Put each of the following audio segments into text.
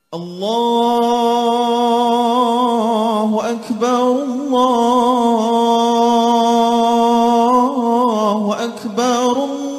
Allahu Akbar, Allahu Akbar,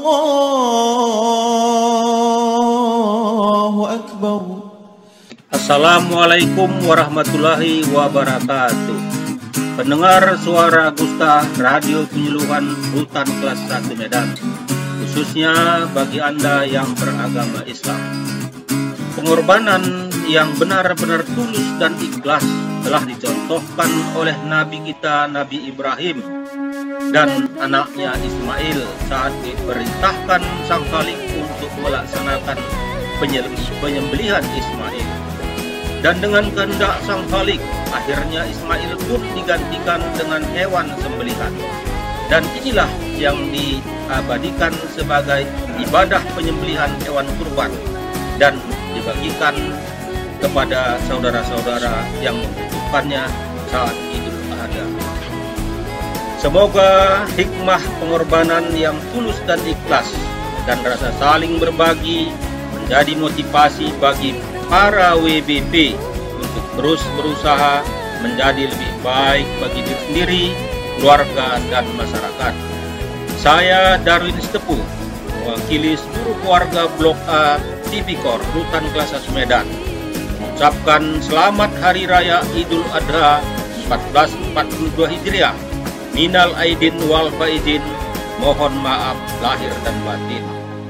Allahu Akbar. Assalamualaikum warahmatullahi wabarakatuh. Pendengar suara Gusta Radio Penyuluhan Rutan Kelas 1 Medan, khususnya bagi Anda yang beragama Islam. Pengorbanan yang benar-benar tulus dan ikhlas telah dicontohkan oleh Nabi kita Nabi Ibrahim dan anaknya Ismail saat diperintahkan sang Khalik untuk melaksanakan penyembelihan Ismail. Dan dengan kehendak sang Khalik, akhirnya Ismail pun digantikan dengan hewan sembelihan. Dan inilah yang diabadikan sebagai ibadah penyembelihan hewan kurban dan dibagikan kepada saudara-saudara yang membutuhkannya saat Idul Adha. Semoga hikmah pengorbanan yang tulus dan ikhlas dan rasa saling berbagi menjadi motivasi bagi para WBP untuk terus berusaha menjadi lebih baik bagi diri sendiri, keluarga, dan masyarakat. Saya Darwin Stepu, mewakili seluruh keluarga Blok A Tipikor Rutan Kelas 1 Medan, mengucapkan selamat Hari Raya Idul Adha 1442 Hijriah. Minal aidin wal faizin, mohon maaf lahir dan batin.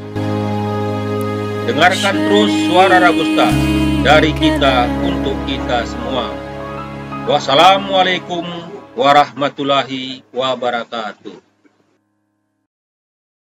Dengarkan terus suara Ragusta dari kita untuk kita semua. Wassalamualaikum warahmatullahi wabarakatuh.